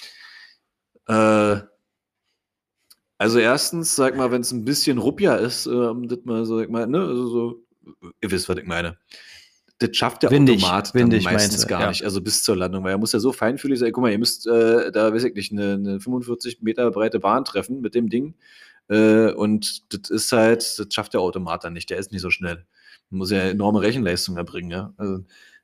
Also erstens, sag mal, wenn es ein bisschen ruppiger ist, das mal so, sag mal, ne, also so, ihr wisst, was ich meine. Das schafft der Automat dann meistens gar nicht, also bis zur Landung, weil er muss ja so feinfühlig sein. Guck mal, ihr müsst da, weiß ich nicht, eine 45 Meter breite Bahn treffen mit dem Ding und das ist halt, das schafft der Automat dann nicht, der ist nicht so schnell. Man muss ja enorme Rechenleistung erbringen, ja. Also,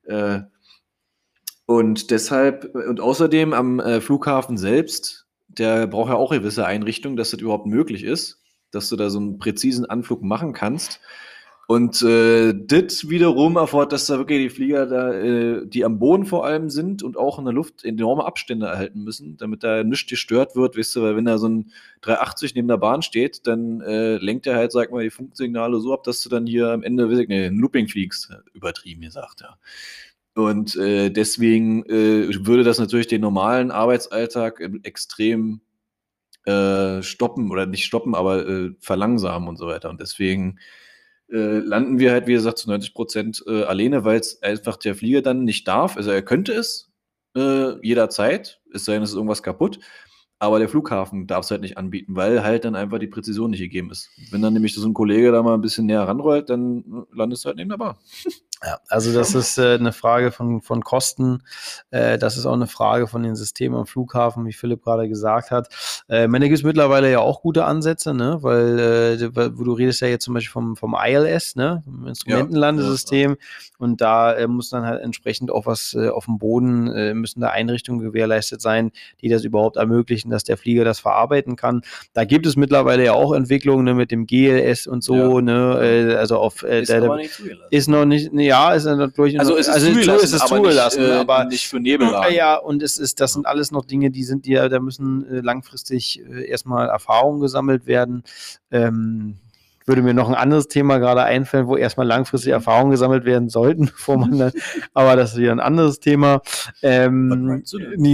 und deshalb, und außerdem am Flughafen selbst, der braucht ja auch gewisse Einrichtungen, dass das überhaupt möglich ist, dass du da so einen präzisen Anflug machen kannst. Und das wiederum erfordert, dass da wirklich die Flieger da, die am Boden vor allem sind und auch in der Luft enorme Abstände erhalten müssen, damit da nichts gestört wird, weißt du, weil wenn da so ein 380 neben der Bahn steht, dann lenkt er halt, sag mal, die Funksignale so ab, dass du dann hier am Ende, weiß ich nicht, ein Looping fliegst, übertrieben gesagt, ja. Und deswegen würde das natürlich den normalen Arbeitsalltag extrem stoppen oder nicht stoppen, aber verlangsamen und so weiter. Und deswegen landen wir halt, wie gesagt, zu 90% alleine, weil es einfach der Flieger dann nicht darf. Also er könnte es jederzeit, es sei denn, es ist irgendwas kaputt, aber der Flughafen darf es halt nicht anbieten, weil halt dann einfach die Präzision nicht gegeben ist. Wenn dann nämlich so ein Kollege da mal ein bisschen näher ranrollt, dann landest du halt neben der Bahn. Ja, also das ist eine Frage von Kosten. Das ist auch eine Frage von den Systemen am Flughafen, wie Philipp gerade gesagt hat. Da gibt es mittlerweile ja auch gute Ansätze, ne? Weil du redest ja jetzt zum Beispiel vom ILS, ne? Vom Instrumentenlandesystem. Und da muss dann halt entsprechend auch was auf dem Boden, müssen da Einrichtungen gewährleistet sein, die das überhaupt ermöglichen, dass der Flieger das verarbeiten kann. Da gibt es mittlerweile ja auch Entwicklungen, ne, mit dem GLS und so, ne? Also auf ist aber nicht zugelassen. Ist noch nicht, ja, ist natürlich also ist es zugelassen, aber nicht für Nebellagen. Ja, und das sind alles noch Dinge, da müssen langfristig erstmal Erfahrungen gesammelt werden. Würde mir noch ein anderes Thema gerade einfallen, wo erstmal langfristig Erfahrungen gesammelt werden sollten, bevor man dann, aber das ist wieder ein anderes Thema. Was meinst du denn?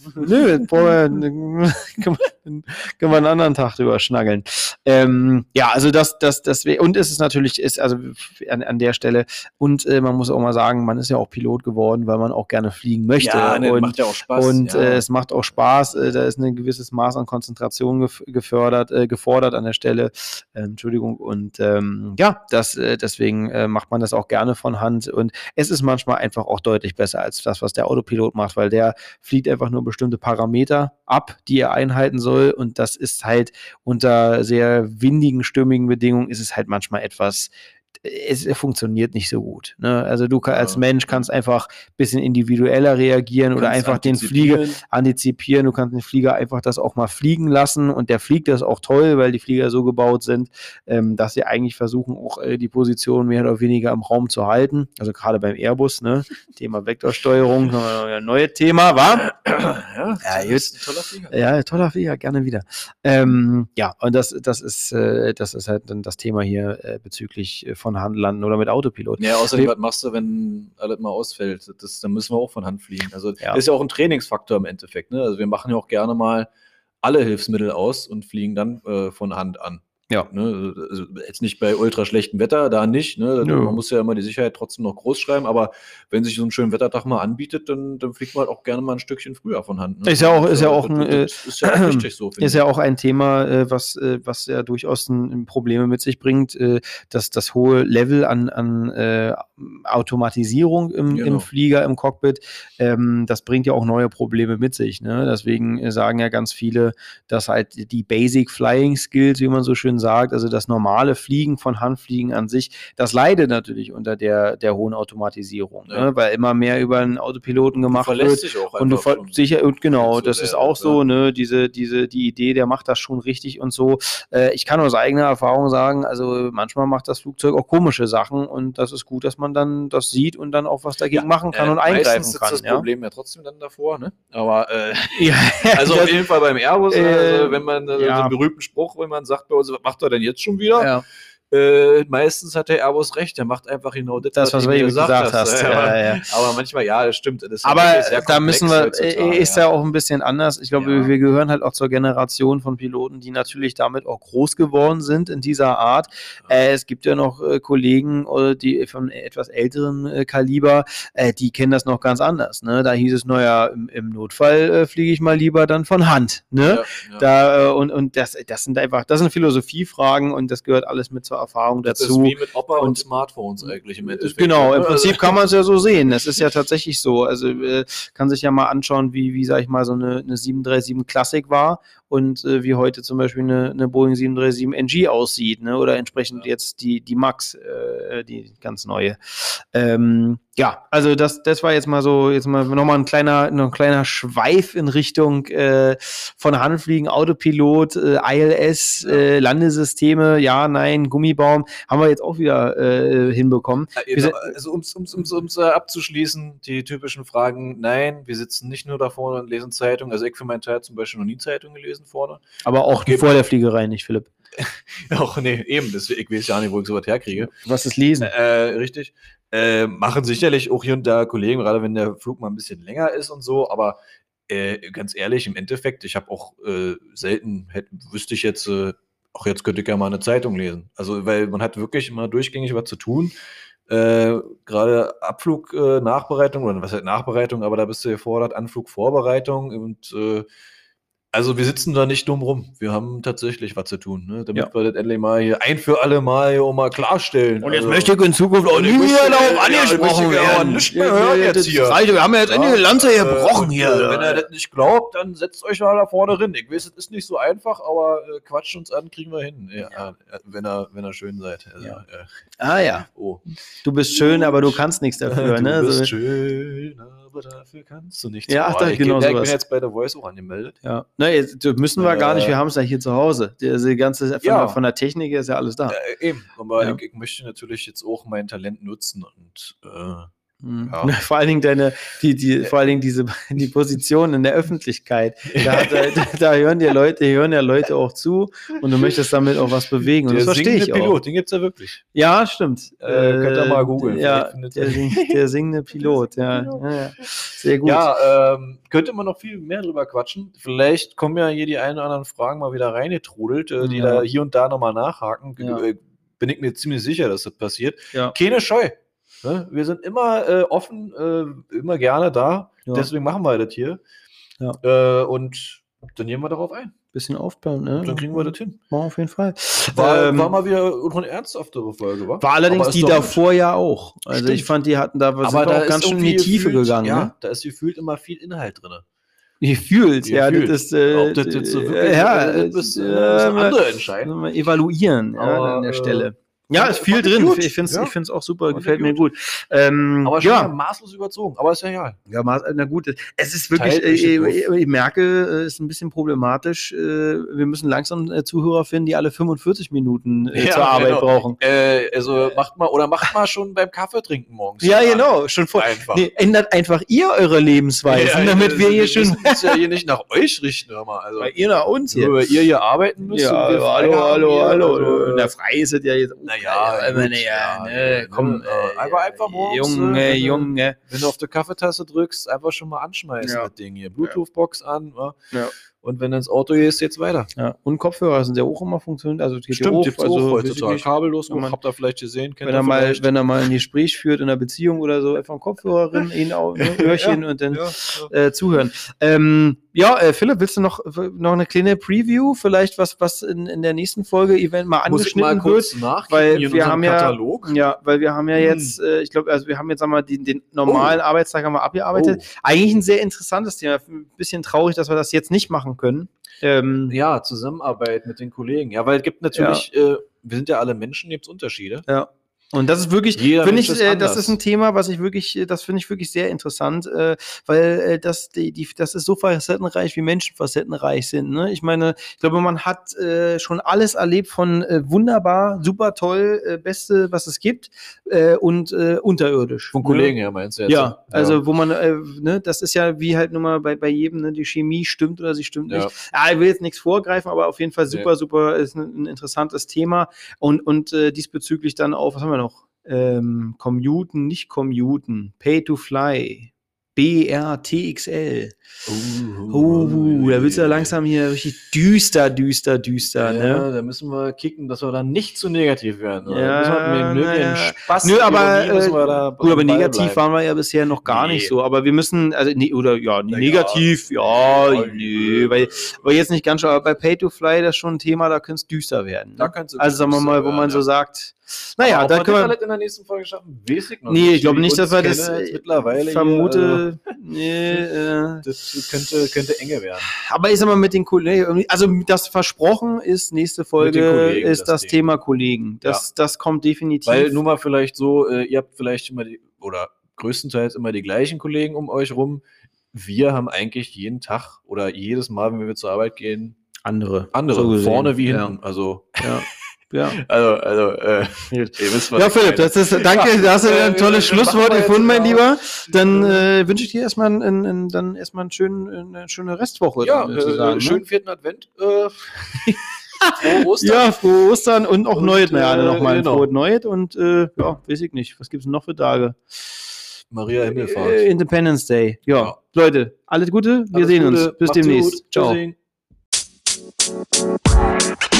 Können wir einen anderen Tag drüber schnaggeln. Ja, also das und es ist natürlich, also an der Stelle, und man muss auch mal sagen, man ist ja auch Pilot geworden, weil man auch gerne fliegen möchte. Ja, und macht ja auch Spaß. Und es macht auch Spaß, da ist ein gewisses Maß an Konzentration gefordert an der Stelle. Entschuldigung. Und deswegen macht man das auch gerne von Hand. Und es ist manchmal einfach auch deutlich besser als das, was der Autopilot macht, weil der fliegt einfach nur bestimmte Parameter ab, die er einhalten soll. Und das ist halt unter sehr windigen, stürmigen Bedingungen ist es halt manchmal etwas, es funktioniert nicht so gut. Ne? Also du als Mensch kannst einfach ein bisschen individueller reagieren oder einfach den Flieger antizipieren. Du kannst den Flieger einfach das auch mal fliegen lassen und der fliegt das auch toll, weil die Flieger so gebaut sind, dass sie eigentlich versuchen, auch die Position mehr oder weniger im Raum zu halten. Also gerade beim Airbus, ne? Thema Vektorsteuerung, ein neues Thema, war? Ja, ist ein toller Flieger. Ja, toller Flieger, gerne wieder. Ja, und das ist halt dann das Thema hier bezüglich von Hand landen oder mit Autopilot. Ja, außerdem, was machst du, wenn alles mal ausfällt? Dann müssen wir auch von Hand fliegen. Also das ist ja auch ein Trainingsfaktor im Endeffekt. Ne? Also wir machen ja auch gerne mal alle Hilfsmittel aus und fliegen dann von Hand an. Ja. Ne? Also jetzt nicht bei ultra schlechtem Wetter, da nicht. Ne? Man muss ja immer die Sicherheit trotzdem noch groß schreiben, aber wenn sich so ein schöner Wettertag mal anbietet, dann fliegt man halt auch gerne mal ein Stückchen früher von Hand. Ne? Ist ja auch richtig so. Ist ja auch ein Thema, was ja durchaus Probleme mit sich bringt, dass das hohe Level an Automatisierung im Flieger, im Cockpit, das bringt ja auch neue Probleme mit sich. Ne? Deswegen sagen ja ganz viele, dass halt die Basic Flying Skills, wie man so schön schön sagt, also das normale Fliegen von Handfliegen an sich, das leidet natürlich unter der hohen Automatisierung, ne? Weil immer mehr über einen Autopiloten gemacht wird. Sich auch Und sicher, und genau, das ist auch so, ne, die Idee, der macht das schon richtig und so. Ich kann aus eigener Erfahrung sagen, also manchmal macht das Flugzeug auch komische Sachen und das ist gut, dass man dann das sieht und dann auch was dagegen machen kann und eingreifen kann. Das Problem ja trotzdem dann davor, ne? Aber also auf jeden Fall beim Airbus, also wenn man so einen berühmten Spruch, wenn man sagt bei uns, was macht er denn jetzt schon wieder? Ja. Meistens hat der Airbus recht, der macht einfach genau das, was du eben gesagt hast. Aber manchmal, das stimmt. Das aber da müssen wir, ist ja auch ein bisschen anders. Ich glaube, wir gehören halt auch zur Generation von Piloten, die natürlich damit auch groß geworden sind in dieser Art. Es gibt ja noch Kollegen, die von etwas älteren Kaliber, die kennen das noch ganz anders. Ne? Da hieß es, naja, im Notfall fliege ich mal lieber dann von Hand. Ne? Und das sind einfach, das sind Philosophiefragen und das gehört alles mit zur Erfahrung dazu. Das ist wie mit Opa und Smartphones eigentlich im Endeffekt. Genau, im Prinzip kann man es ja so sehen. Es ist ja tatsächlich so. Also kann sich ja mal anschauen, wie sag ich mal, so eine 737 Classic war und wie heute zum Beispiel eine Boeing 737 NG aussieht, ne? Oder entsprechend jetzt die Max, die ganz neue. Also das war jetzt mal nochmal ein kleiner Schweif in Richtung von Handfliegen, Autopilot, ILS, Landesysteme, ja, nein, Gummibaum, haben wir jetzt auch wieder hinbekommen. Also um's abzuschließen, die typischen Fragen, nein, wir sitzen nicht nur da vorne und lesen Zeitung, also ich für meinen Teil zum Beispiel noch nie Zeitung gelesen vorne. Aber auch vor der Fliegerei nicht, Philipp. Ach nee, eben, ich weiß ja nicht, wo ich sowas herkriege. Was ist Lesen? Richtig. Machen sicherlich auch hier und da Kollegen, gerade wenn der Flug mal ein bisschen länger ist und so, aber ganz ehrlich, im Endeffekt, ich habe auch selten, wüsste ich jetzt, auch jetzt könnte ich ja mal eine Zeitung lesen. Also, weil man hat wirklich immer durchgängig was zu tun. Gerade Abflug-Nachbereitung, oder was heißt Nachbereitung, aber da bist du gefordert, Anflugvorbereitung und also wir sitzen da nicht dumm rum. Wir haben tatsächlich was zu tun, ne? Damit wir das endlich mal hier ein für alle Mal hier auch mal klarstellen. Und jetzt möchte ich in Zukunft auch nie mehr darauf angesprochen werden. Nicht mehr hören jetzt hier. Wir haben ja jetzt endlich eine Lanze gebrochen hier. Wenn ihr das nicht glaubt, dann setzt euch mal da vorne rein. Ich weiß, es ist nicht so einfach, aber quatscht uns an, kriegen wir hin. Wenn ihr schön seid. Also, Oh. Du bist schön, aber du kannst nichts dafür. Du bist schön, aber dafür kannst du nichts. Ja, genau so. Ich bin jetzt bei der Voice auch angemeldet. Ja. Müssen wir gar nicht, wir haben es ja hier zu Hause. Die ganze von der Technik ist ja alles da. Eben, aber ich möchte natürlich jetzt auch mein Talent nutzen und vor allen Dingen die Position in der Öffentlichkeit. Da hören ja Leute auch zu und du möchtest damit auch was bewegen. Und das verstehe ich auch. Pilot, den gibt es ja wirklich. Ja, stimmt. Könnt ihr mal googeln. Ja, der singende Pilot. Ja. Sehr gut. Ja, könnte man noch viel mehr drüber quatschen. Vielleicht kommen ja hier die ein oder anderen Fragen mal wieder reingetrudelt, die da hier und da nochmal nachhaken. Ja. Bin ich mir ziemlich sicher, dass das passiert. Ja. Keine Scheu. Wir sind immer offen, immer gerne da. Ja. Deswegen machen wir das hier. Ja. Und dann gehen wir darauf ein. Bisschen aufbauen, ne? Dann kriegen wir das hin. Auf jeden Fall. War mal wieder eine ernsthaftere Folge, wa? War allerdings die davor ja auch. Also stimmt. Ich fand, die hatten da was ganz schön in die Tiefe gegangen. Ja, ne? Da ist gefühlt immer viel Inhalt drin. Gefühlt, ja. Das ist, ob das jetzt so wirklich das andere entscheiden. Evaluieren an der Stelle. Ja, ist viel drin. Gut. Ich finde es auch super, gefällt mir gut. Aber schon maßlos überzogen, aber ist ja egal. Ja, na gut. Es ist wirklich, ich merke, es ist ein bisschen problematisch. Wir müssen langsam Zuhörer finden, die alle 45 Minuten zur Arbeit brauchen. Also macht mal schon beim Kaffee trinken morgens. Ja, genau. Schon vor. Nee, ändert einfach ihr eure Lebensweise, damit wir hier schön. Wir müssen ja hier nicht nach euch richten, hör mal. Also, weil ihr nach uns hier. Weil ihr hier arbeiten müsst. Ja, hallo. Na, frei ist es ja jetzt. Komm, einfach morgens, Junge. Wenn du auf die Kaffeetasse drückst, einfach schon mal anschmeißen, das Ding hier. Bluetooth-Box an, und wenn du ins Auto gehst, jetzt weiter. Ja, und Kopfhörer sind ja auch immer funktioniert. Also stimmt, gibt's auch heutzutage. Kabellos, habt ihr vielleicht gesehen. Wenn er mal ein Gespräch führt in einer Beziehung oder so, einfach einen Kopfhörer rein, Öhrchen und dann zuhören. Philipp, willst du noch eine kleine Preview, vielleicht was in der nächsten Folge Event mal angeschnitten wird? Weil wir haben weil wir haben ja jetzt, ich glaube, also wir haben jetzt den normalen Arbeitstag haben wir abgearbeitet. Eigentlich ein sehr interessantes Thema. Ein bisschen traurig, dass wir das jetzt nicht machen können. Ja, Zusammenarbeit mit den Kollegen. Ja, weil es gibt natürlich, wir sind ja alle Menschen, gibt es Unterschiede. Ja. Und das ist wirklich, Jeder finde Mensch ich, ist anders. das ist ein Thema, was ich wirklich, das finde ich wirklich sehr interessant, weil das ist so facettenreich, wie Menschen facettenreich sind. Ne? Ich meine, ich glaube, man hat schon alles erlebt von wunderbar, super toll, Beste, was es gibt, und unterirdisch. Von Kollegen her meinst du jetzt? Ja, also wo man, ne, das ist ja wie halt nun mal bei jedem, ne, die Chemie stimmt oder sie stimmt nicht. Ja, ich will jetzt nichts vorgreifen, aber auf jeden Fall super, ist ein interessantes Thema und diesbezüglich dann auch, was haben wir noch? Commuten, nicht Commuten, Pay to Fly, BRTXL. Da wird es ja langsam hier richtig düster. Ja, ne? Da müssen wir kicken, dass wir dann nicht zu negativ werden. Ja, Spaß. Nö, aber gut, aber negativ bleiben. waren wir ja bisher noch gar nicht so. Aber wir müssen, also negativ, weil jetzt nicht ganz schon, aber bei Pay to Fly das ist schon ein Thema, da könnte es düster werden. Ne? Da kann's Also sagen wir mal, wo man so sagt, naja, da da können wir können wir. in der nächsten Folge schaffen, weiß ich noch Nee, nicht. ich glaube nicht, dass wir das mittlerweile vermute. das könnte enge werden. Aber ich sag mal, mit den Kollegen, also das versprochen ist, nächste Folge ist das Thema Kollegen. Das kommt definitiv. Weil nur mal vielleicht so, ihr habt vielleicht immer oder größtenteils immer die gleichen Kollegen um euch rum. Wir haben eigentlich jeden Tag oder jedes Mal, wenn wir zur Arbeit gehen, andere so vorne wie hinten. Also ja. ihr wisst, was Philipp, danke, da hast du ein tolles Schlusswort gefunden, mein Lieber. Dann wünsche ich dir erstmal eine schöne Restwoche. Ja, schönen 4. Advent. Frohe Ostern. Ja, frohe Ostern und auch Neues. Nochmal ein frohes Neues und weiß ich nicht. Was gibt es noch für Tage? Maria Himmelfahrt. Independence Day. Ja, Leute, alles Gute. Wir sehen uns. Bis demnächst. Ciao.